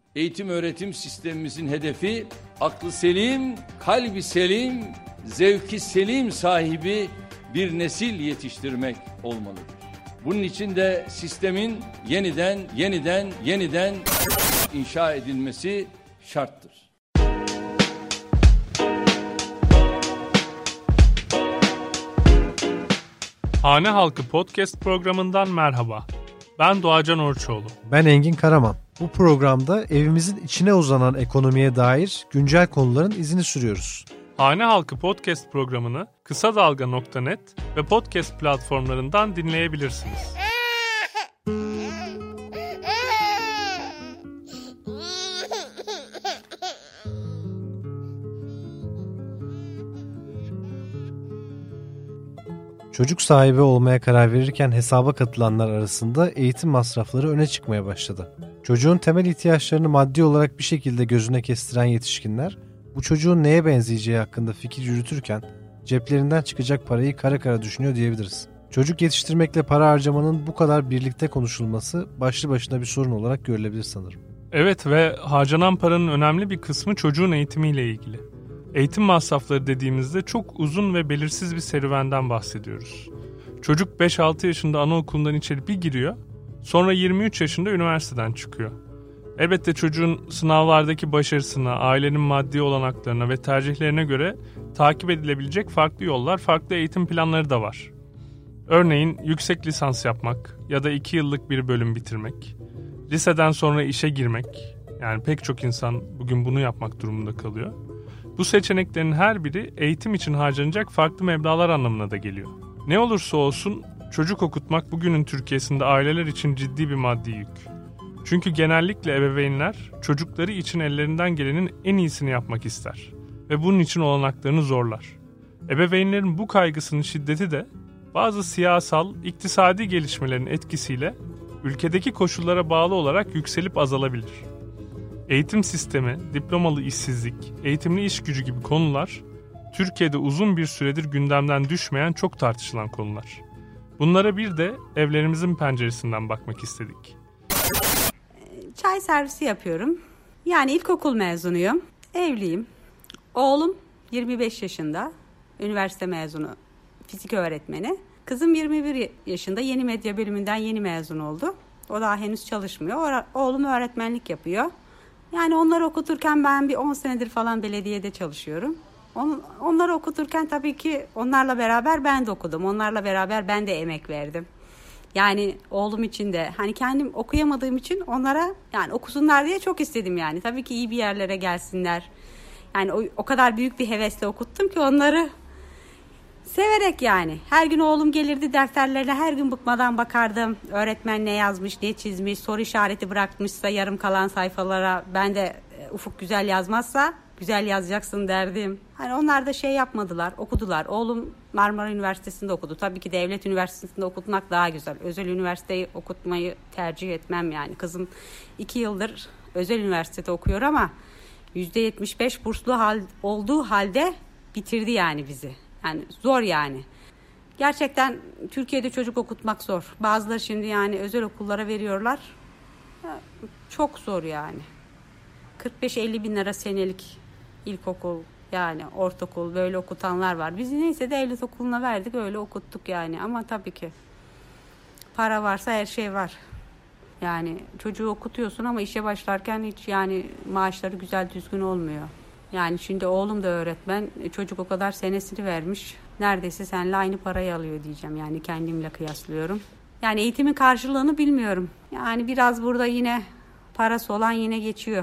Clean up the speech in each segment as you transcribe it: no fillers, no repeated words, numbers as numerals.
Eğitim öğretim sistemimizin hedefi aklı selim, kalbi selim, zevki selim sahibi bir nesil yetiştirmek olmalıdır. Bunun için de sistemin yeniden inşa edilmesi şarttır. Hane Halkı Podcast programından merhaba. Ben Doğacan Orçoğlu. Ben Engin Karaman. Bu programda evimizin içine uzanan ekonomiye dair güncel konuların izini sürüyoruz. Hane Halkı Podcast programını kısadalga.net ve podcast platformlarından dinleyebilirsiniz. Çocuk sahibi olmaya karar verirken hesaba katılanlar arasında eğitim masrafları öne çıkmaya başladı. Çocuğun temel ihtiyaçlarını maddi olarak bir şekilde gözüne kestiren yetişkinler, bu çocuğun neye benzeyeceği hakkında fikir yürütürken ceplerinden çıkacak parayı kara kara düşünüyor diyebiliriz. Çocuk yetiştirmekle para harcamanın bu kadar birlikte konuşulması başlı başına bir sorun olarak görülebilir sanırım. Evet ve harcanan paranın önemli bir kısmı çocuğun eğitimiyle ilgili. Eğitim masrafları dediğimizde çok uzun ve belirsiz bir serüvenden bahsediyoruz. Çocuk 5-6 yaşında anaokulundan içeri bir giriyor, sonra 23 yaşında üniversiteden çıkıyor. Elbette çocuğun sınavlardaki başarısına, ailenin maddi olanaklarına ve tercihlerine göre takip edilebilecek farklı yollar, farklı eğitim planları da var. Örneğin yüksek lisans yapmak ya da 2 yıllık bir bölüm bitirmek, liseden sonra işe girmek, yani pek çok insan bugün bunu yapmak durumunda kalıyor. Bu seçeneklerin her biri eğitim için harcanacak farklı meblağlar anlamına da geliyor. Ne olursa olsun çocuk okutmak bugünün Türkiye'sinde aileler için ciddi bir maddi yük. Çünkü genellikle ebeveynler çocukları için ellerinden gelenin en iyisini yapmak ister ve bunun için olanaklarını zorlar. Ebeveynlerin bu kaygısının şiddeti de bazı siyasal, iktisadi gelişmelerin etkisiyle ülkedeki koşullara bağlı olarak yükselip azalabilir. Eğitim sistemi, diplomalı işsizlik, eğitimli iş gücü gibi konular Türkiye'de uzun bir süredir gündemden düşmeyen çok tartışılan konular. Bunlara bir de evlerimizin penceresinden bakmak istedik. Çay servisi yapıyorum. Yani ilkokul mezunuyum. Evliyim. Oğlum 25 yaşında. Üniversite mezunu. Fizik öğretmeni. Kızım 21 yaşında. Yeni medya bölümünden yeni mezun oldu. O daha henüz çalışmıyor. Oğlum öğretmenlik yapıyor. Yani onları okuturken ben bir 10 senedir falan belediyede çalışıyorum. Onları okuturken tabii ki onlarla beraber ben de okudum. Onlarla beraber ben de emek verdim. Yani oğlum için de hani kendim okuyamadığım için onlara yani okusunlar diye çok istedim yani. Tabii ki iyi bir yerlere gelsinler. Yani o kadar büyük bir hevesle okuttum ki onları severek yani. Her gün oğlum gelirdi defterlerine her gün bıkmadan bakardım. Öğretmen ne yazmış, ne çizmiş, soru işareti bırakmışsa yarım kalan sayfalara ben de Ufuk güzel yazmazsa güzel yazacaksın derdim. Hani onlar da şey yapmadılar, okudular. Oğlum Marmara Üniversitesi'nde okudu. Tabii ki devlet üniversitesinde okutmak daha güzel. Özel üniversiteyi okutmayı tercih etmem yani. Kızım 2 yıldır özel üniversitede okuyor ama %75 burslu olduğu halde bitirdi yani bizi. Yani zor yani. Gerçekten Türkiye'de çocuk okutmak zor. Bazıları şimdi yani özel okullara veriyorlar. Çok zor yani. 45-50 bin lira senelik ilkokul yani ortaokul böyle okutanlar var. Biz neyse devlet okuluna verdik öyle okuttuk yani. Ama tabii ki para varsa her şey var. Yani çocuğu okutuyorsun ama işe başlarken hiç yani maaşları güzel düzgün olmuyor. Yani şimdi oğlum da öğretmen. Çocuk o kadar senesini vermiş. Neredeyse seninle aynı parayı alıyor diyeceğim. Yani kendimle kıyaslıyorum. Yani eğitimin karşılığını bilmiyorum. Yani biraz burada yine parası olan yine geçiyor.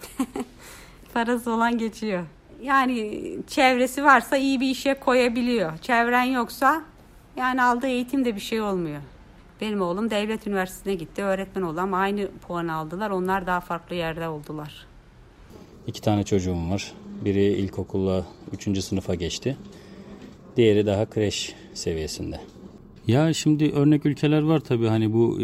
Parası olan geçiyor. Yani çevresi varsa iyi bir işe koyabiliyor. Çevren yoksa yani aldığı eğitimde bir şey olmuyor. Benim oğlum devlet üniversitesine gitti. Öğretmen oldu ama aynı puan aldılar. Onlar daha farklı yerde oldular. 2 tane çocuğum var. Biri ilkokulla 3. sınıfa geçti. Diğeri daha kreş seviyesinde. Ya şimdi örnek ülkeler var tabii hani bu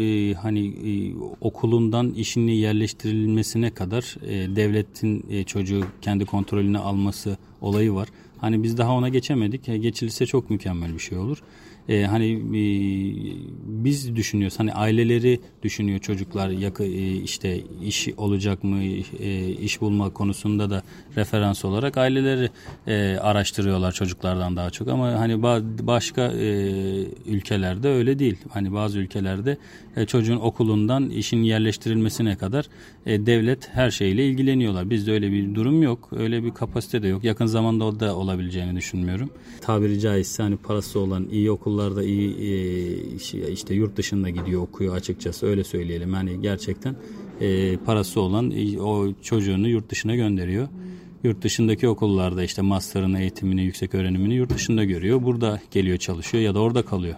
okulundan işini yerleştirilmesine kadar devletin çocuğu kendi kontrolüne alması olayı var. Hani biz daha ona geçemedik. Geçilirse çok mükemmel bir şey olur. Biz düşünüyoruz, hani aileleri düşünüyor çocuklar, işte iş olacak mı, iş bulma konusunda da referans olarak aileleri araştırıyorlar çocuklardan daha çok, ama hani başka ülkelerde öyle değil. Hani bazı ülkelerde çocuğun okulundan işin yerleştirilmesine kadar devlet her şeyle ilgileniyorlar. Bizde öyle bir durum yok, öyle bir kapasite de yok. Yakın zamanda o da olabileceğini düşünmüyorum. Tabiri caizse hani parası olan iyi okullarda iyi işte yurt dışında gidiyor okuyor, açıkçası öyle söyleyelim. Yani gerçekten parası olan o çocuğunu yurt dışına gönderiyor. Yurt dışındaki okullarda işte master'ını, eğitimini, yüksek öğrenimini yurt dışında görüyor. Burada geliyor çalışıyor ya da orada kalıyor.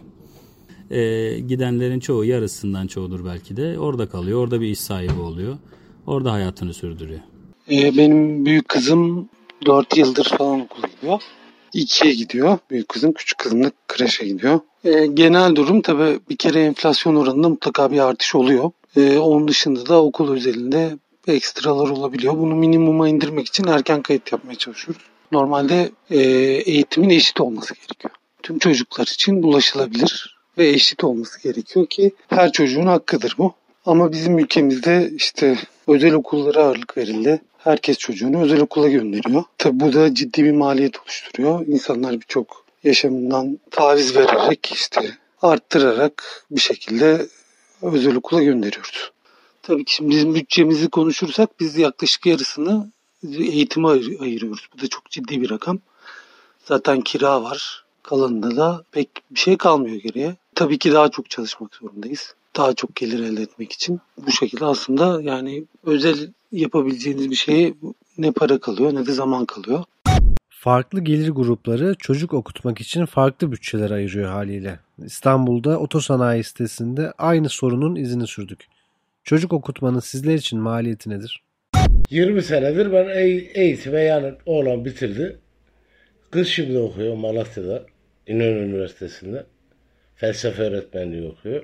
Gidenlerin çoğu, yarısından çoğudur belki de, orada kalıyor. Orada bir iş sahibi oluyor. Orada hayatını sürdürüyor. Benim büyük kızım 4 yıldır falan okula gidiyor. 2'ye gidiyor büyük kızım, küçük kızım da kreşe gidiyor. Genel durum tabii bir kere enflasyon oranında mutlaka bir artış oluyor. Onun dışında da okul özelinde ekstralar olabiliyor. Bunu minimuma indirmek için erken kayıt yapmaya çalışıyoruz. Normalde eğitimin eşit olması gerekiyor. Tüm çocuklar için ulaşılabilir ve eşit olması gerekiyor ki her çocuğun hakkıdır bu. Ama bizim ülkemizde işte özel okullara ağırlık verildi. Herkes çocuğunu özel okula gönderiyor. Tabi bu da ciddi bir maliyet oluşturuyor. İnsanlar birçok yaşamından taviz vererek, işte arttırarak bir şekilde özel okula gönderiyoruz. Tabii ki şimdi bizim bütçemizi konuşursak biz yaklaşık yarısını eğitime ayırıyoruz. Bu da çok ciddi bir rakam. Zaten kira var. Kalanında da pek bir şey kalmıyor geriye. Tabii ki daha çok çalışmak zorundayız. Daha çok gelir elde etmek için. Bu şekilde aslında yani özel yapabileceğiniz bir şeye ne para kalıyor ne de zaman kalıyor. Farklı gelir grupları çocuk okutmak için farklı bütçeler ayırıyor haliyle. İstanbul'da Otosanayi sitesinde aynı sorunun izini sürdük. Çocuk okutmanın sizler için maliyeti nedir? 20 senedir ben eğitime, yani oğlan bitirdi. Kız şimdi okuyor Malatya'da, İnönü Üniversitesi'nde. Felsefe öğretmenliği okuyor.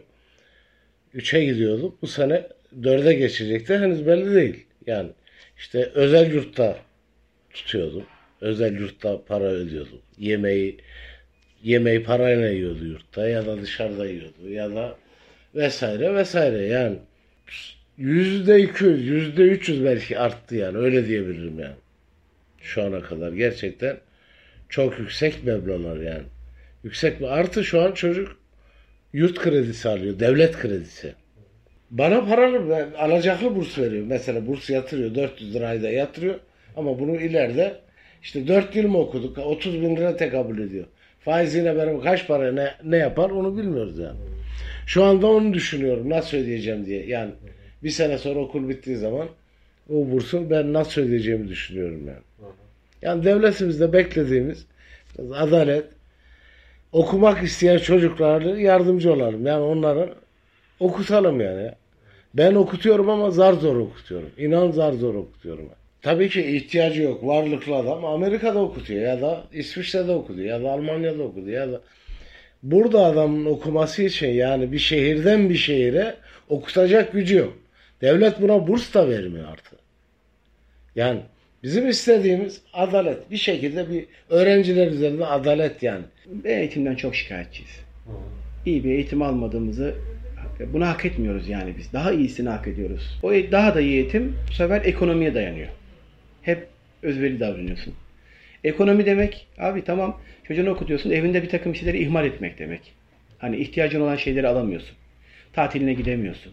3'e gidiyordum. Bu sene 4'e geçecekti. Henüz belli değil. Yani işte özel yurtta tutuyordum. Özel yurtta para ödüyordum. Yemeği parayla yiyordu yurtta ya da dışarıda yiyordu ya da vesaire vesaire. Yani %200, %300 belki arttı, yani öyle diyebilirim yani. Şu ana kadar gerçekten çok yüksek meblağlar yani. Yüksek mi? Artı şu an çocuk yurt kredisi alıyor. Devlet kredisi. Bana paralı, alacaklı burs veriyor. Mesela burs yatırıyor. 400 lira ayda yatırıyor. Ama bunu ileride işte 4 yıl mı okuduk? 30 bin lira tekabül ediyor. Faiziyle beraber kaç para ne yapar onu bilmiyoruz yani. Şu anda onu düşünüyorum. Nasıl ödeyeceğim diye. Yani bir sene sonra okul bittiği zaman o bursun ben nasıl ödeyeceğimi düşünüyorum yani. Yani devletimizde beklediğimiz adalet, okumak isteyen çocuklara yardımcı olalım. Yani onları okutalım yani. Ben okutuyorum ama zar zor okutuyorum. İnan zar zor okutuyorum. Tabii ki ihtiyacı yok. Varlıklı adam Amerika'da okutuyor ya da İsviçre'de okutuyor ya da Almanya'da okutuyor ya da burada adamın okuması için yani bir şehirden bir şehire okutacak gücü yok. Devlet buna burs da vermiyor artık. Yani bizim istediğimiz adalet. Bir şekilde bir öğrenciler üzerinde adalet yani. Eğitimden çok şikayetçiyiz. İyi bir eğitim almadığımızı, bunu hak etmiyoruz yani biz. Daha iyisini hak ediyoruz. O daha da iyi eğitim bu sefer ekonomiye dayanıyor. Hep özveri davranıyorsun. Ekonomi demek, abi tamam çocuğunu okutuyorsun, evinde bir takım şeyleri ihmal etmek demek. Hani ihtiyacın olan şeyleri alamıyorsun. Tatiline gidemiyorsun.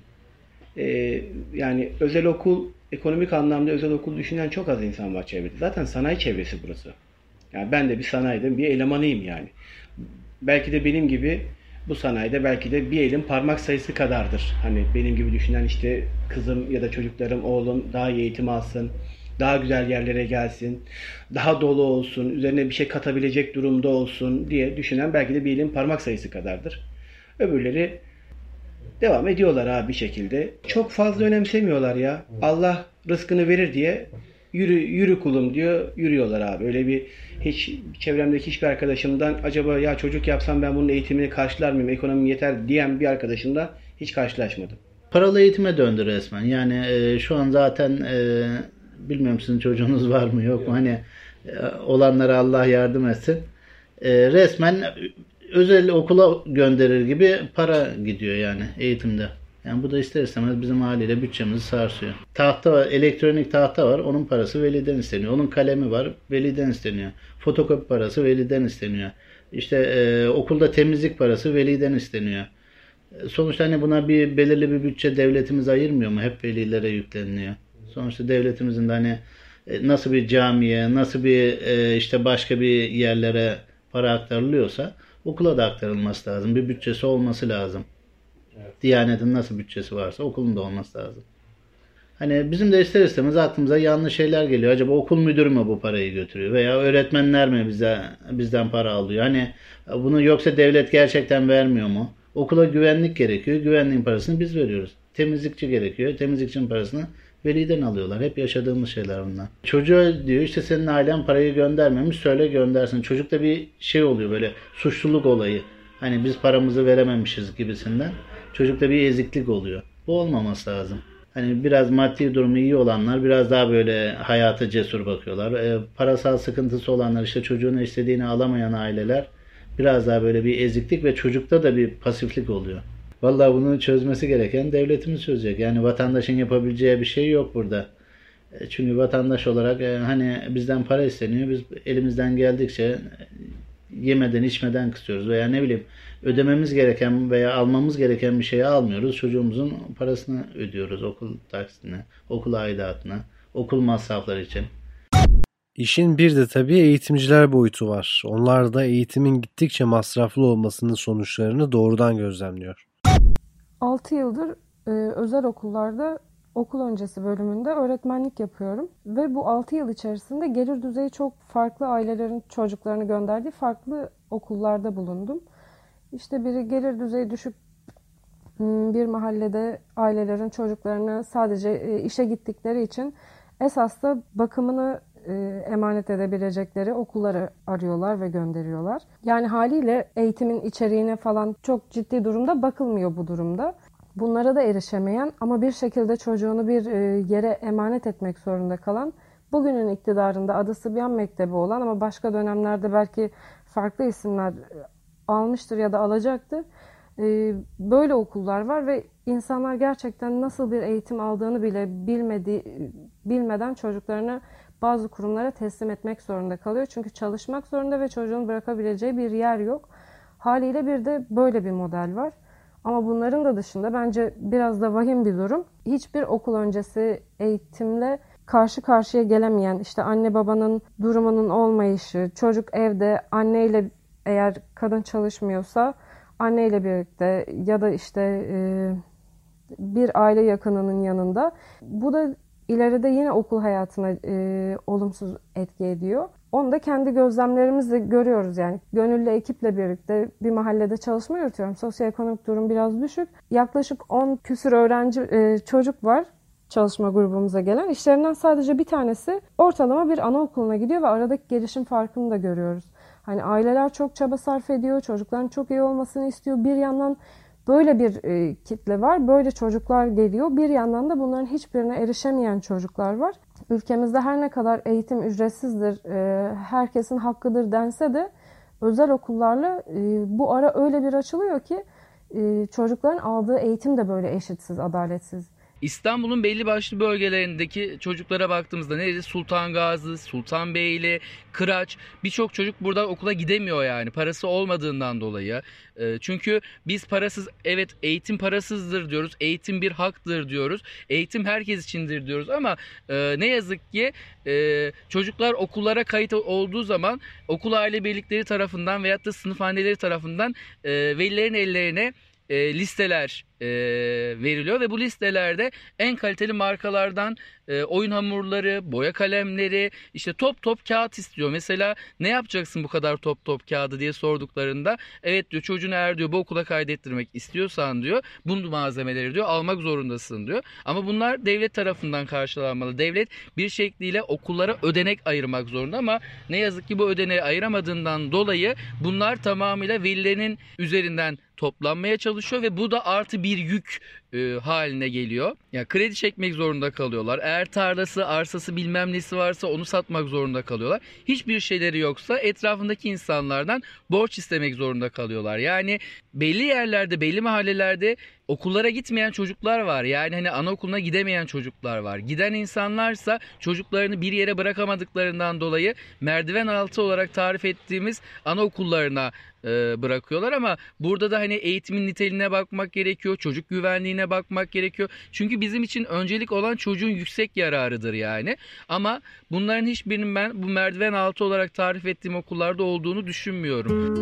Yani özel okul, ekonomik anlamda özel okul düşünen çok az insan var çevrede. Zaten sanayi çevresi burası. Yani ben de bir sanayide bir elemanıyım yani. Belki de benim gibi bu sanayide belki de bir elin parmak sayısı kadardır. Hani benim gibi düşünen işte kızım ya da çocuklarım, oğlum daha iyi eğitim alsın, daha güzel yerlere gelsin, daha dolu olsun, üzerine bir şey katabilecek durumda olsun diye düşünen belki de bir elin parmak sayısı kadardır. Öbürleri devam ediyorlar abi bir şekilde. Çok fazla önemsemiyorlar ya. Allah rızkını verir diye yürü kulum diyor, yürüyorlar abi. Öyle bir hiç çevremdeki hiçbir arkadaşımdan acaba ya çocuk yapsam ben bunun eğitimini karşılar mıyım, ekonomim yeter diyen bir arkadaşımla hiç karşılaşmadım. Paralı eğitime döndü resmen. Yani şu an zaten bilmiyorum sizin çocuğunuz var mı yok mu? Hani olanlara Allah yardım etsin. Resmen özel okula gönderir gibi para gidiyor yani eğitimde. Yani bu da ister istemez bizim haliyle bütçemizi sarsıyor. Tahta var, elektronik tahta var. Onun parası veliden isteniyor. Onun kalemi var, veliden isteniyor. Fotokopi parası veliden isteniyor. İşte okulda temizlik parası veliden isteniyor. Sonuçta hani buna belirli bir bütçe devletimiz ayırmıyor mu? Hep velilere yükleniliyor. Sonuçta devletimizin de hani nasıl bir camiye, nasıl bir işte başka bir yerlere para aktarılıyorsa okula da aktarılması lazım. Bir bütçesi olması lazım. Evet. Diyanet'in nasıl bütçesi varsa okulun da olması lazım. Hani bizim de ister istemez aklımıza yanlış şeyler geliyor. Acaba okul müdürü mü bu parayı götürüyor? Veya öğretmenler mi bizden para alıyor? Hani bunu yoksa devlet gerçekten vermiyor mu? Okula güvenlik gerekiyor. Güvenliğin parasını biz veriyoruz. Temizlikçi gerekiyor. Temizlikçinin parasını veliden alıyorlar. Hep yaşadığımız şeyler bunlar. Çocuğa diyor işte senin ailen parayı göndermemiş, söyle göndersin. Çocukta bir şey oluyor, böyle suçluluk olayı. Hani biz paramızı verememişiz gibisinden. Çocukta bir eziklik oluyor. Bu olmaması lazım. Hani biraz maddi durumu iyi olanlar biraz daha böyle hayata cesur bakıyorlar. Parasal sıkıntısı olanlar, işte çocuğun istediğini alamayan aileler biraz daha böyle bir eziklik ve çocukta da bir pasiflik oluyor. Vallahi bunu çözmesi gereken devletimiz çözecek. Yani vatandaşın yapabileceği bir şey yok burada. Çünkü vatandaş olarak hani bizden para isteniyor. Biz elimizden geldikçe yemeden içmeden kısıyoruz. Veya ne bileyim ödememiz gereken veya almamız gereken bir şeyi almıyoruz. Çocuğumuzun parasını ödüyoruz. Okul taksitine, okul aidatına, okul masrafları için. İşin bir de tabii eğitimciler boyutu var. Onlar da eğitimin gittikçe masraflı olmasının sonuçlarını doğrudan gözlemliyor. 6 yıldır özel okullarda okul öncesi bölümünde öğretmenlik yapıyorum. Ve bu 6 yıl içerisinde gelir düzeyi çok farklı ailelerin çocuklarını gönderdiği farklı okullarda bulundum. İşte biri gelir düzeyi düşük bir mahallede ailelerin çocuklarını sadece işe gittikleri için esas da bakımını emanet edebilecekleri okulları arıyorlar ve gönderiyorlar. Yani haliyle eğitimin içeriğine falan çok ciddi durumda bakılmıyor bu durumda. Bunlara da erişemeyen ama bir şekilde çocuğunu bir yere emanet etmek zorunda kalan, bugünün iktidarında adı Sıbyan Mektebi olan ama başka dönemlerde belki farklı isimler almıştır ya da alacaktır. Böyle okullar var ve insanlar gerçekten nasıl bir eğitim aldığını bile bilmeden çocuklarını bazı kurumlara teslim etmek zorunda kalıyor. Çünkü çalışmak zorunda ve çocuğun bırakabileceği bir yer yok. Haliyle bir de böyle bir model var. Ama bunların da dışında bence biraz da vahim bir durum. Hiçbir okul öncesi eğitimle karşı karşıya gelemeyen, işte anne babanın durumunun olmayışı, çocuk evde anneyle, eğer kadın çalışmıyorsa anneyle birlikte ya da işte bir aile yakınının yanında. Bu da ileride yine okul hayatına olumsuz etki ediyor. Onu da kendi gözlemlerimizle görüyoruz yani. Gönüllü ekiple birlikte bir mahallede çalışma yürütüyorum. Sosyoekonomik durum biraz düşük. Yaklaşık 10 küsur öğrenci çocuk var çalışma grubumuza gelen. İşlerinden sadece bir tanesi ortalama bir anaokuluna gidiyor ve aradaki gelişim farkını da görüyoruz. Hani aileler çok çaba sarf ediyor, çocukların çok iyi olmasını istiyor. Bir yandan böyle bir kitle var, böyle çocuklar geliyor. Bir yandan da bunların hiçbirine erişemeyen çocuklar var. Ülkemizde her ne kadar eğitim ücretsizdir, herkesin hakkıdır dense de özel okullarla bu ara öyle bir açılıyor ki çocukların aldığı eğitim de böyle eşitsiz, adaletsiz. İstanbul'un belli başlı bölgelerindeki çocuklara baktığımızda nerede? Sultan Gazi, Sultanbeyli, Kıraç, birçok çocuk buradan okula gidemiyor yani parası olmadığından dolayı. Çünkü biz parasız, evet eğitim parasızdır diyoruz, eğitim bir haktır diyoruz, eğitim herkes içindir diyoruz ama ne yazık ki çocuklar okullara kayıt olduğu zaman okul aile birlikleri tarafından veyahut da sınıf anneleri tarafından velilerin ellerine listeler veriliyor ve bu listelerde en kaliteli markalardan oyun hamurları, boya kalemleri, işte top kağıt istiyor. Mesela ne yapacaksın bu kadar top kağıdı diye sorduklarında, evet diyor, çocuğunu eğer diyor bu okula kaydettirmek istiyorsan diyor bunu malzemeleri diyor almak zorundasın diyor. Ama bunlar devlet tarafından karşılanmalı. Devlet bir şekliyle okullara ödenek ayırmak zorunda ama ne yazık ki bu ödeneği ayıramadığından dolayı bunlar tamamıyla velilerin üzerinden toplanmaya çalışıyor ve bu da artı bir yük haline geliyor. Yani kredi çekmek zorunda kalıyorlar. Eğer tarlası, arsası bilmem nesi varsa onu satmak zorunda kalıyorlar. Hiçbir şeyleri yoksa etrafındaki insanlardan borç istemek zorunda kalıyorlar. Yani belli yerlerde, belli mahallelerde okullara gitmeyen çocuklar var. Yani hani anaokuluna gidemeyen çocuklar var. Giden insanlarsa çocuklarını bir yere bırakamadıklarından dolayı merdiven altı olarak tarif ettiğimiz anaokullarına bırakıyorlar. Ama burada da hani eğitimin niteliğine bakmak gerekiyor. Çocuk güvenliğine bakmak gerekiyor. Çünkü bizim için öncelik olan çocuğun yüksek yararıdır yani. Ama bunların hiçbirinin ben bu merdiven altı olarak tarif ettiğim okullarda olduğunu düşünmüyorum.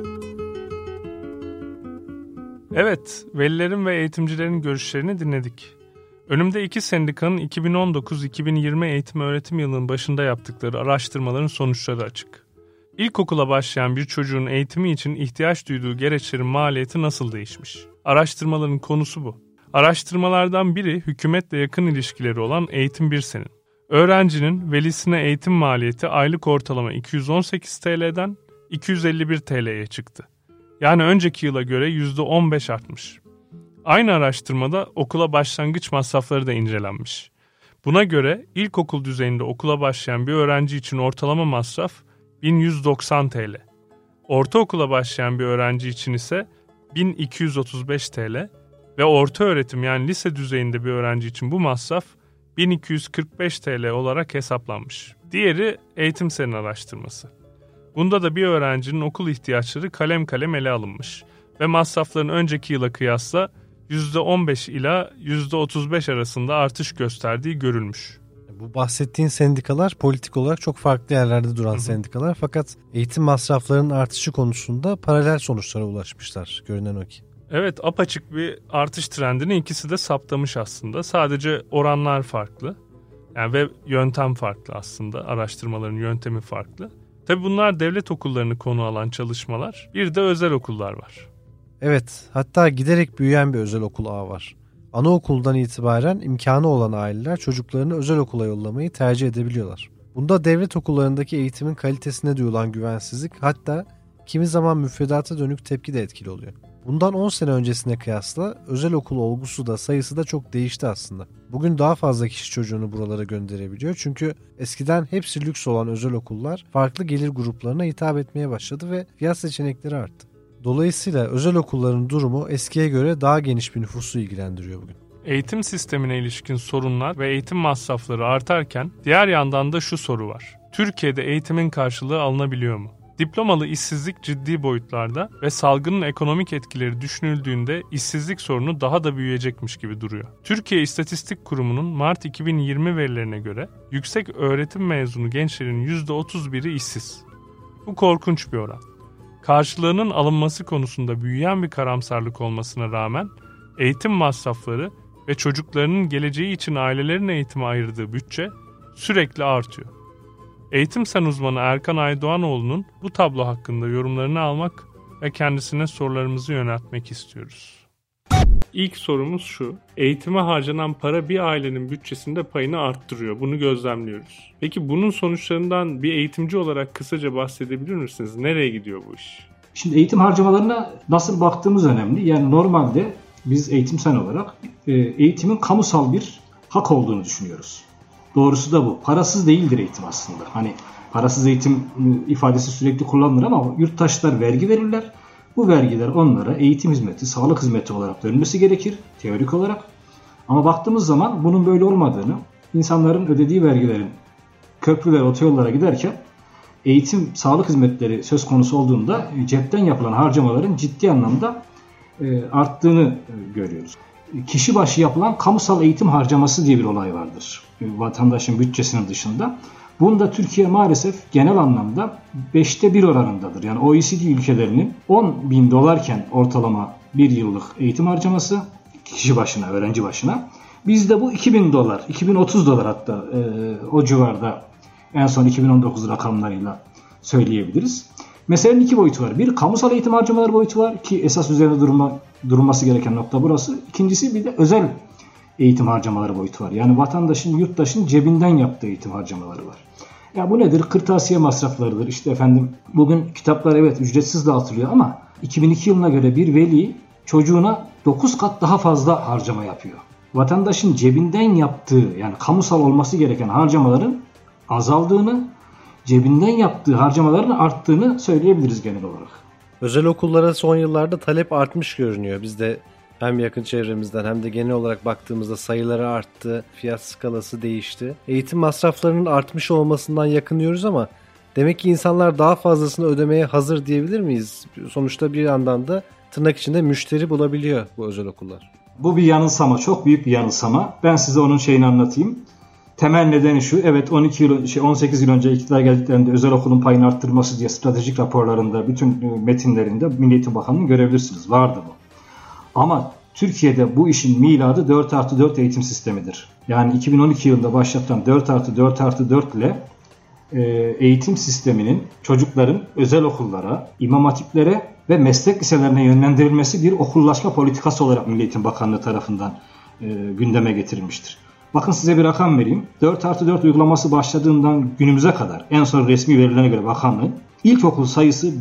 Evet, velilerin ve eğitimcilerin görüşlerini dinledik. Önümde iki sendikanın 2019-2020 eğitim öğretim yılının başında yaptıkları araştırmaların sonuçları açık. İlkokula başlayan bir çocuğun eğitimi için ihtiyaç duyduğu gereçlerin maliyeti nasıl değişmiş? Araştırmaların konusu bu. Araştırmalardan biri hükümetle yakın ilişkileri olan Eğitim Birsen'in. Öğrencinin velisine eğitim maliyeti aylık ortalama 218 TL'den 251 TL'ye çıktı. Yani önceki yıla göre %15 artmış. Aynı araştırmada okula başlangıç masrafları da incelenmiş. Buna göre ilkokul düzeyinde okula başlayan bir öğrenci için ortalama masraf 1190 TL. Ortaokula başlayan bir öğrenci için ise 1235 TL ve orta öğretim yani lise düzeyinde bir öğrenci için bu masraf 1245 TL olarak hesaplanmış. Diğeri Eğitim Sen'in araştırması. Bunda da bir öğrencinin okul ihtiyaçları kalem kalem ele alınmış ve masrafların önceki yıla kıyasla %15 ila %35 arasında artış gösterdiği görülmüş. Bu bahsettiğin sendikalar politik olarak çok farklı yerlerde duran sendikalar fakat eğitim masraflarının artışı konusunda paralel sonuçlara ulaşmışlar görünen o ki. Evet, apaçık bir artış trendini ikisi de saptamış aslında. Sadece oranlar farklı yani ve yöntem farklı aslında, araştırmaların yöntemi farklı. Tabii bunlar devlet okullarını konu alan çalışmalar. Bir de özel okullar var. Evet, hatta giderek büyüyen bir özel okul ağı var. Anaokuldan itibaren imkanı olan aileler çocuklarını özel okula yollamayı tercih edebiliyorlar. Bunda devlet okullarındaki eğitimin kalitesine duyulan güvensizlik hatta kimi zaman müfredata dönük tepki de etkili oluyor. Bundan 10 sene öncesine kıyasla özel okul olgusu da sayısı da çok değişti aslında. Bugün daha fazla kişi çocuğunu buralara gönderebiliyor çünkü eskiden hepsi lüks olan özel okullar farklı gelir gruplarına hitap etmeye başladı ve fiyat seçenekleri arttı. Dolayısıyla özel okulların durumu eskiye göre daha geniş bir nüfusu ilgilendiriyor bugün. Eğitim sistemine ilişkin sorunlar ve eğitim masrafları artarken diğer yandan da şu soru var. Türkiye'de eğitimin karşılığı alınabiliyor mu? Diplomalı işsizlik ciddi boyutlarda ve salgının ekonomik etkileri düşünüldüğünde işsizlik sorunu daha da büyüyecekmiş gibi duruyor. Türkiye İstatistik Kurumu'nun Mart 2020 verilerine göre yüksek öğretim mezunu gençlerin %31'i işsiz. Bu korkunç bir oran. Karşılığının alınması konusunda büyüyen bir karamsarlık olmasına rağmen eğitim masrafları ve çocuklarının geleceği için ailelerin eğitime ayırdığı bütçe sürekli artıyor. Eğitim Sen uzmanı Erkan Aydoğanoğlu'nun bu tablo hakkında yorumlarını almak ve kendisine sorularımızı yöneltmek istiyoruz. İlk sorumuz şu. Eğitime harcanan para bir ailenin bütçesinde payını arttırıyor. Bunu gözlemliyoruz. Peki bunun sonuçlarından bir eğitimci olarak kısaca bahsedebilir misiniz? Nereye gidiyor bu iş? Şimdi eğitim harcamalarına nasıl baktığımız önemli. Yani normalde biz Eğitim Sen olarak eğitimin kamusal bir hak olduğunu düşünüyoruz. Doğrusu da bu. Parasız değildir eğitim aslında. Hani parasız eğitim ifadesi sürekli kullanılır ama yurttaşlar vergi verirler. Bu vergiler onlara eğitim hizmeti, sağlık hizmeti olarak dönmesi gerekir teorik olarak. Ama baktığımız zaman bunun böyle olmadığını, insanların ödediği vergilerin köprüler, otoyollara giderken eğitim, sağlık hizmetleri söz konusu olduğunda cepten yapılan harcamaların ciddi anlamda arttığını görüyoruz. Kişi başı yapılan kamusal eğitim harcaması diye bir olay vardır. Vatandaşın bütçesinin dışında. Bunda Türkiye maalesef genel anlamda 5'te 1 oranındadır. Yani OECD ülkelerinin $10.000 ortalama bir yıllık eğitim harcaması kişi başına, öğrenci başına. Bizde bu $2.000, $2.030 hatta o civarda en son 2019 rakamlarıyla söyleyebiliriz. Meselenin iki boyutu var. Bir, kamusal eğitim harcamaları boyutu var ki esas üzerinde durulması gereken nokta burası. İkincisi bir de özel eğitim harcamaları boyutu var. Yani vatandaşın, yurttaşın cebinden yaptığı eğitim harcamaları var. Ya bu nedir? Kırtasiye masraflarıdır. İşte efendim bugün kitaplar evet ücretsiz dağıtılıyor ama 2002 yılına göre bir veli çocuğuna 9 kat daha fazla harcama yapıyor. Vatandaşın cebinden yaptığı, yani kamusal olması gereken harcamaların azaldığını, cebinden yaptığı harcamaların arttığını söyleyebiliriz genel olarak. Özel okullara son yıllarda talep artmış görünüyor. Biz de hem yakın çevremizden hem de genel olarak baktığımızda sayıları arttı, fiyat skalası değişti. Eğitim masraflarının artmış olmasından yakınıyoruz ama demek ki insanlar daha fazlasını ödemeye hazır diyebilir miyiz? Sonuçta bir yandan da tırnak içinde müşteri bulabiliyor bu özel okullar. Bu bir yanılsama, çok büyük bir yanılsama. Ben size onun şeyini anlatayım. Temel nedeni şu, evet 18 yıl önce iktidar geldiklerinde özel okulun payını arttırması diye stratejik raporlarında, bütün metinlerinde Milli Eğitim Bakanlığı'nı görebilirsiniz. Vardı bu. Ama Türkiye'de bu işin miladı 4+4 eğitim sistemidir. Yani 2012 yılında başlatılan 4+4 ile eğitim sisteminin çocukların özel okullara, imam hatiplere ve meslek liselerine yönlendirilmesi bir okullaşma politikası olarak Milli Eğitim Bakanlığı tarafından gündeme getirilmiştir. Bakın size bir rakam vereyim. 4+4 uygulaması başladığından günümüze kadar en son resmi verilerine göre bakanlığın ilkokul sayısı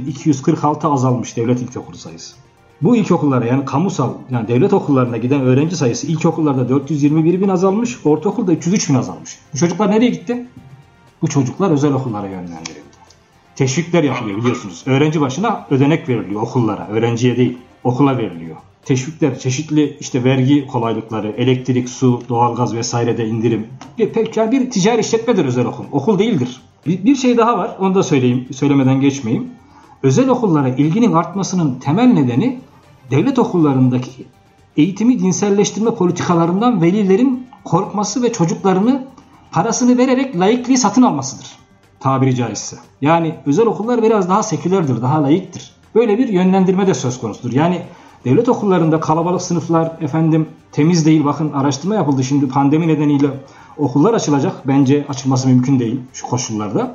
5246 azalmış, devlet ilkokulu sayısı. Bu ilkokullara, yani kamusal, yani devlet okullarına giden öğrenci sayısı ilkokullarda 421 bin azalmış, ortaokulda 303 bin azalmış. Bu çocuklar nereye gitti? Bu çocuklar özel okullara yönlendirildi. Teşvikler yapılıyor biliyorsunuz. Öğrenci başına ödenek veriliyor okullara, öğrenciye değil, okula veriliyor. Teşvikler, çeşitli işte vergi kolaylıkları, elektrik, su, doğalgaz vesairede indirim. Bir ticari işletmedir özel okul. Okul değildir. Bir şey daha var, onu da söyleyeyim, söylemeden geçmeyeyim. Özel okullara ilginin artmasının temel nedeni devlet okullarındaki eğitimi dinselleştirme politikalarından velilerin korkması ve çocuklarını parasını vererek laikliği satın almasıdır. Tabiri caizse. Yani özel okullar biraz daha sekülerdir, daha laiktir. Böyle bir yönlendirme de söz konusudur. Yani devlet okullarında kalabalık sınıflar, temiz değil. Bakın araştırma yapıldı şimdi pandemi nedeniyle okullar açılacak. Bence açılması mümkün değil şu koşullarda.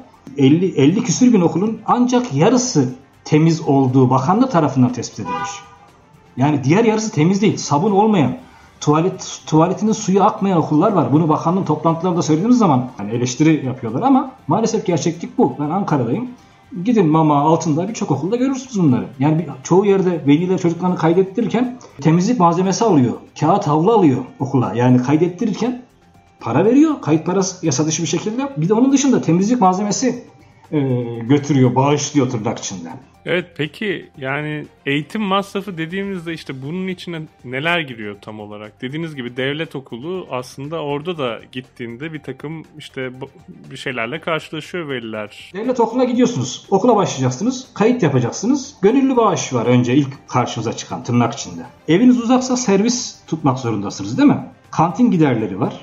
50 küsür bin okulun ancak yarısı temiz olduğu bakanlık tarafından tespit edilmiş. Yani diğer yarısı temiz değil. Sabun olmayan, tuvaletinin suyu akmayan okullar var. Bunu bakanlığın toplantılarında söylediğimiz zaman yani eleştiri yapıyorlar ama maalesef gerçeklik bu. Ben Ankara'dayım. Gidin Mama altında birçok okulda görürsünüz bunları. Yani çoğu yerde veliler çocuklarını kaydettirirken temizlik malzemesi alıyor. Kağıt havlu alıyor okula. Yani kaydettirirken para veriyor. Kayıt parası yasa dışı bir şekilde. Bir de onun dışında temizlik malzemesi götürüyor, bağışlıyor tırnak içinde. Evet, peki yani eğitim masrafı dediğimizde işte bunun içine neler giriyor tam olarak? Dediğiniz gibi devlet okulu aslında orada da gittiğinde bir takım işte bir şeylerle karşılaşıyor veliler. Devlet okuluna gidiyorsunuz, okula başlayacaksınız, kayıt yapacaksınız. Gönüllü bağış var önce ilk karşınıza çıkan tırnak içinde. Eviniz uzaksa servis tutmak zorundasınız değil mi? Kantin giderleri var.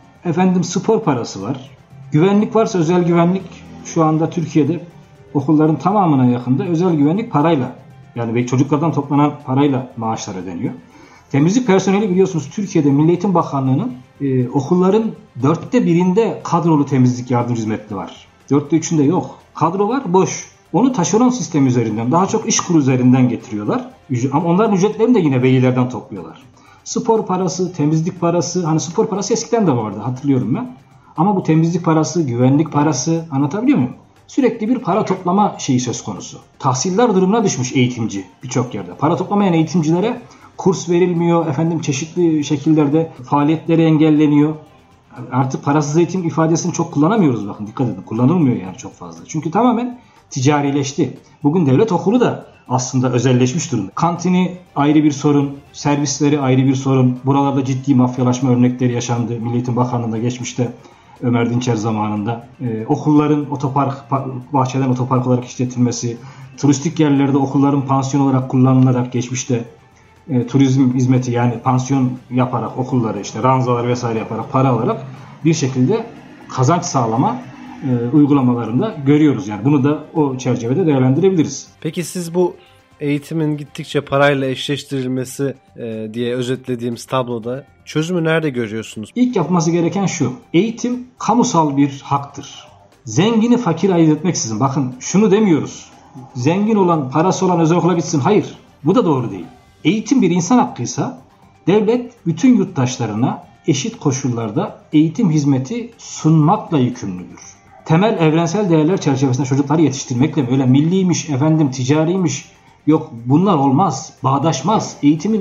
Spor parası var. Güvenlik varsa özel güvenlik şu anda Türkiye'de okulların tamamına yakında özel güvenlik parayla, yani çocuklardan toplanan parayla maaşlar ödeniyor. Temizlik personeli biliyorsunuz Türkiye'de Milli Eğitim Bakanlığı'nın okulların 1/4'inde kadrolu temizlik yardım hizmetli var. 3'ünde yok. Kadro var, boş. Onu taşeron sistemi üzerinden, daha çok işkur üzerinden getiriyorlar. Ama onların ücretlerini de yine velilerden topluyorlar. Spor parası, temizlik parası, spor parası eskiden de vardı hatırlıyorum ben. Ama bu temizlik parası, güvenlik parası, anlatabiliyor muyum? Sürekli bir para toplama şeyi söz konusu. Tahsildar durumuna düşmüş eğitimci birçok yerde. Para toplamayan eğitimcilere kurs verilmiyor, çeşitli şekillerde faaliyetleri engelleniyor. Artık parasız eğitim ifadesini çok kullanamıyoruz, bakın dikkat edin. Kullanılmıyor yani çok fazla. Çünkü tamamen ticarileşti. Bugün devlet okulu da aslında özelleşmiş durumda. Kantini ayrı bir sorun, servisleri ayrı bir sorun. Buralarda ciddi mafyalaşma örnekleri yaşandı. Milli Eğitim Bakanlığı'nda geçmişte Ömer Dinçer zamanında. Okulların bahçeden otopark olarak işletilmesi, turistik yerlerde okulların pansiyon olarak kullanılarak geçmişte turizm hizmeti, yani pansiyon yaparak okulları ranzalar vesaire yaparak para alarak bir şekilde kazanç sağlama uygulamalarında görüyoruz. Yani bunu da o çerçevede değerlendirebiliriz. Peki siz bu eğitimin gittikçe parayla eşleştirilmesi diye özetlediğimiz tabloda çözümü nerede görüyorsunuz? İlk yapması gereken şu: eğitim kamusal bir haktır. Zengini fakir ayırt etmeksizin. Bakın şunu demiyoruz. Zengin olan, parası olan özel okula gitsin. Hayır. Bu da doğru değil. Eğitim bir insan hakkıysa devlet bütün yurttaşlarına eşit koşullarda eğitim hizmeti sunmakla yükümlüdür. Temel evrensel değerler çerçevesinde çocukları yetiştirmekle, öyle milliymiş, ticariymiş, yok bunlar olmaz, bağdaşmaz. Eğitimin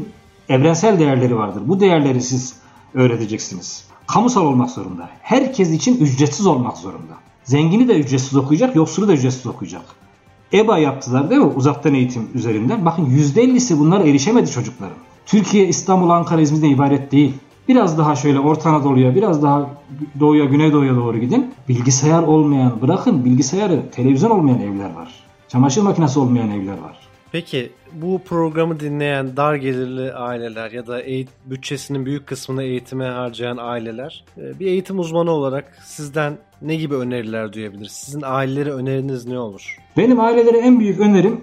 evrensel değerleri vardır. Bu değerleri siz öğreteceksiniz. Kamusal olmak zorunda. Herkes için ücretsiz olmak zorunda. Zengini de ücretsiz okuyacak, yoksulu da ücretsiz okuyacak. EBA yaptılar değil mi? Uzaktan eğitim üzerinden. Bakın %50'si bunlara erişemedi çocukların. Türkiye, İstanbul, Ankara, İzmir'den ibaret değil. Biraz daha şöyle Orta Anadolu'ya, biraz daha doğuya, Güneydoğu'ya doğru gidin. Bilgisayar olmayan, bırakın bilgisayarı, televizyon olmayan evler var. Çamaşır makinesi olmayan evler var. Peki bu programı dinleyen dar gelirli aileler ya da bütçesinin büyük kısmını eğitime harcayan aileler bir eğitim uzmanı olarak sizden ne gibi öneriler duyabilir? Sizin ailelere öneriniz ne olur? Benim ailelere en büyük önerim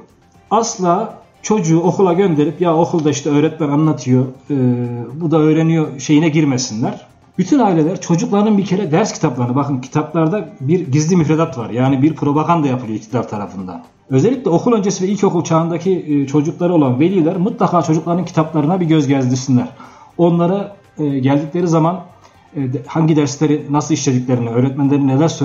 asla çocuğu okula gönderip ya okulda işte öğretmen anlatıyor, bu da öğreniyor şeyine girmesinler. Bütün aileler çocuklarının bir kere ders kitaplarını, bakın kitaplarda bir gizli müfredat var. Yani bir propaganda yapılıyor iktidar tarafından. Özellikle okul öncesi ve ilkokul çağındaki çocukları olan veliler mutlaka çocukların kitaplarına bir göz gezdirsinler. Onlara geldikleri zaman hangi dersleri nasıl işlediklerini, öğretmenlerin neler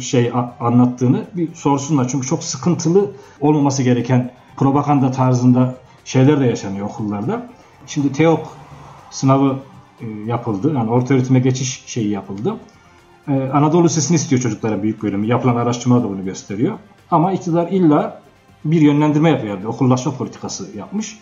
anlattığını bir sorsunlar. Çünkü çok sıkıntılı olmaması gereken propaganda tarzında şeyler de yaşanıyor okullarda. Şimdi TEOK sınavı yapıldı. Yani orta öğretime geçiş şeyi yapıldı. Anadolu Lisesi'ni istiyor çocuklara büyük bölümü. Yapılan araştırma da bunu gösteriyor. Ama iktidar illa bir yönlendirme yapıyor. Yani okullaşma politikası yapmış.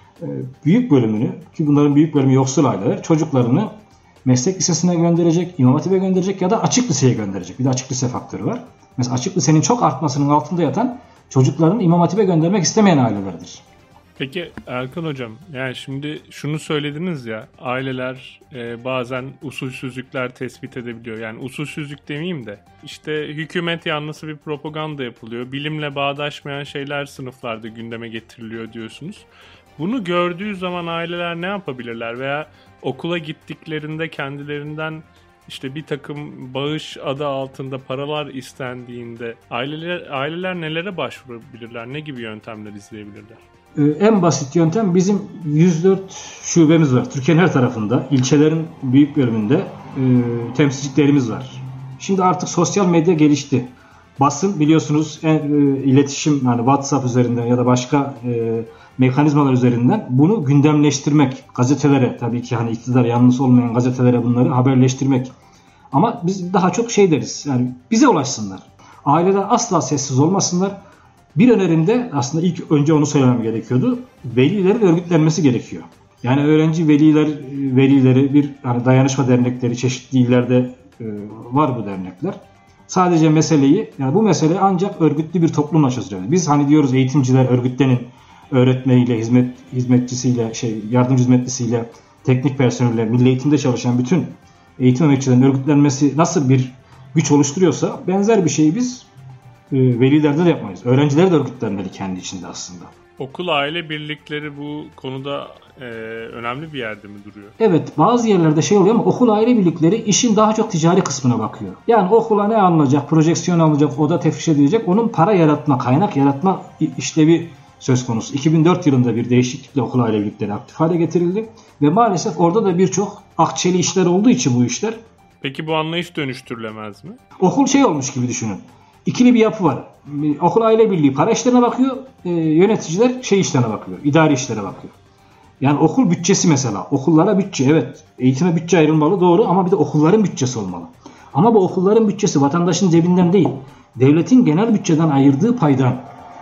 Büyük bölümünü, ki bunların büyük bölümü yoksul aileler, çocuklarını meslek lisesine gönderecek, İmam Hatip'e gönderecek ya da açık liseye gönderecek. Bir de açık lise faktörü var. Mesela açık lisenin çok artmasının altında yatan çocuklarını İmam Hatip'e göndermek istemeyen ailelerdir. Peki Erkan Hocam, yani şimdi şunu söylediniz ya, aileler bazen usulsüzlükler tespit edebiliyor. Yani usulsüzlük demeyeyim de işte hükümet yanlısı bir propaganda yapılıyor. Bilimle bağdaşmayan şeyler sınıflarda gündeme getiriliyor diyorsunuz. Bunu gördüğü zaman aileler ne yapabilirler veya okula gittiklerinde kendilerinden işte bir takım bağış adı altında paralar istendiğinde aileler nelere başvurabilirler, ne gibi yöntemler izleyebilirler? En basit yöntem, bizim 104 şubemiz var. Türkiye'nin her tarafında, ilçelerin büyük bölümünde temsilciliklerimiz var. Şimdi artık sosyal medya gelişti. Basın biliyorsunuz iletişim, yani WhatsApp üzerinden ya da başka mekanizmalar üzerinden bunu gündemleştirmek. Gazetelere, tabii ki hani iktidar yanlısı olmayan gazetelere bunları haberleştirmek. Ama biz daha çok şey deriz, yani bize ulaşsınlar. Aileler asla sessiz olmasınlar. Bir önerimde aslında ilk önce onu söylemem gerekiyordu. Velilerin örgütlenmesi gerekiyor. Yani öğrenci velileri bir hani dayanışma dernekleri, çeşitli illerde var bu dernekler. Sadece yani bu mesele ancak örgütlü bir toplumla çözülebilir. Biz hani diyoruz eğitimciler örgütlenin, öğretmeniyle, hizmetçisiyle, yardımcı hizmetlisiyle, teknik personelle, milli eğitimde çalışan bütün eğitim emekçilerin örgütlenmesi nasıl bir güç oluşturuyorsa benzer bir şeyi biz velilerde de yapmayız. Öğrenciler de örgütlenmeli kendi içinde aslında. Okul aile birlikleri bu konuda önemli bir yerde mi duruyor? Evet, bazı yerlerde oluyor ama okul aile birlikleri işin daha çok ticari kısmına bakıyor. Yani okula ne alınacak, projeksiyon alınacak, oda tefriş edilecek, onun para yaratma, kaynak yaratma işlevi söz konusu. 2004 yılında bir değişiklikle okul aile birlikleri aktif hale getirildi ve maalesef orada da birçok akçeli işler olduğu için bu işler. Peki bu anlayış dönüştürülemez mi? Okul olmuş gibi düşünün. İkili bir yapı var. Okul aile birliği para işlerine bakıyor, yöneticiler işlerine bakıyor, idari işlere bakıyor. Yani okul bütçesi mesela, okullara bütçe, evet, eğitime bütçe ayrılmalı doğru ama bir de okulların bütçesi olmalı. Ama bu okulların bütçesi vatandaşın cebinden değil, devletin genel bütçeden ayırdığı paydan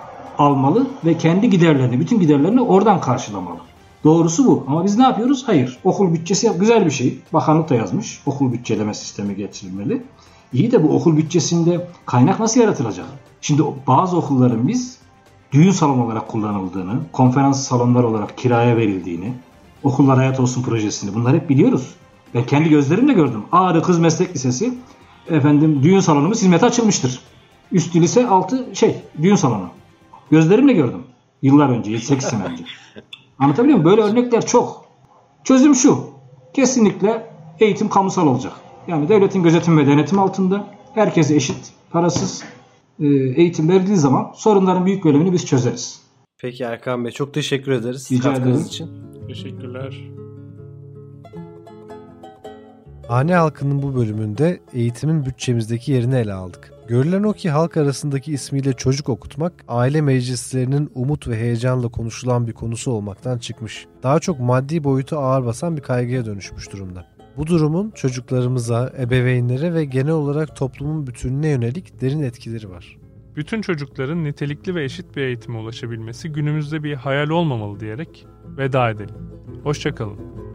almalı ve kendi giderlerini, bütün giderlerini oradan karşılamalı. Doğrusu bu. Ama biz ne yapıyoruz? Hayır. Okul bütçesi güzel bir şey. Bakanlık da yazmış. Okul bütçeleme sistemi getirilmeli. İyi de bu okul bütçesinde kaynak nasıl yaratılacak? Şimdi bazı okulların biz düğün salonu olarak kullanıldığını, konferans salonları olarak kiraya verildiğini, okullar hayat olsun projesini, bunları hep biliyoruz. Ben kendi gözlerimle gördüm. Ağrı Kız Meslek Lisesi, düğün salonumuz hizmete açılmıştır. Üstü lise, altı düğün salonu. Gözlerimle gördüm. Yıllar önce, 7-8 sene önce. Anlatabiliyor muyum? Böyle örnekler çok. Çözüm şu. Kesinlikle eğitim kamusal olacak. Yani devletin gözetim ve denetim altında herkese eşit, parasız eğitim verildiği zaman sorunların büyük bölümünü biz çözeriz. Peki Erkan Bey, çok teşekkür ederiz. Rica ederim. Teşekkürler. Hane halkının bu bölümünde eğitimin bütçemizdeki yerini ele aldık. Görülen o ki halk arasındaki ismiyle çocuk okutmak, aile meclislerinin umut ve heyecanla konuşulan bir konusu olmaktan çıkmış. Daha çok maddi boyutu ağır basan bir kaygıya dönüşmüş durumda. Bu durumun çocuklarımıza, ebeveynlere ve genel olarak toplumun bütününe yönelik derin etkileri var. Bütün çocukların nitelikli ve eşit bir eğitime ulaşabilmesi günümüzde bir hayal olmamalı diyerek veda edelim. Hoşça kalın.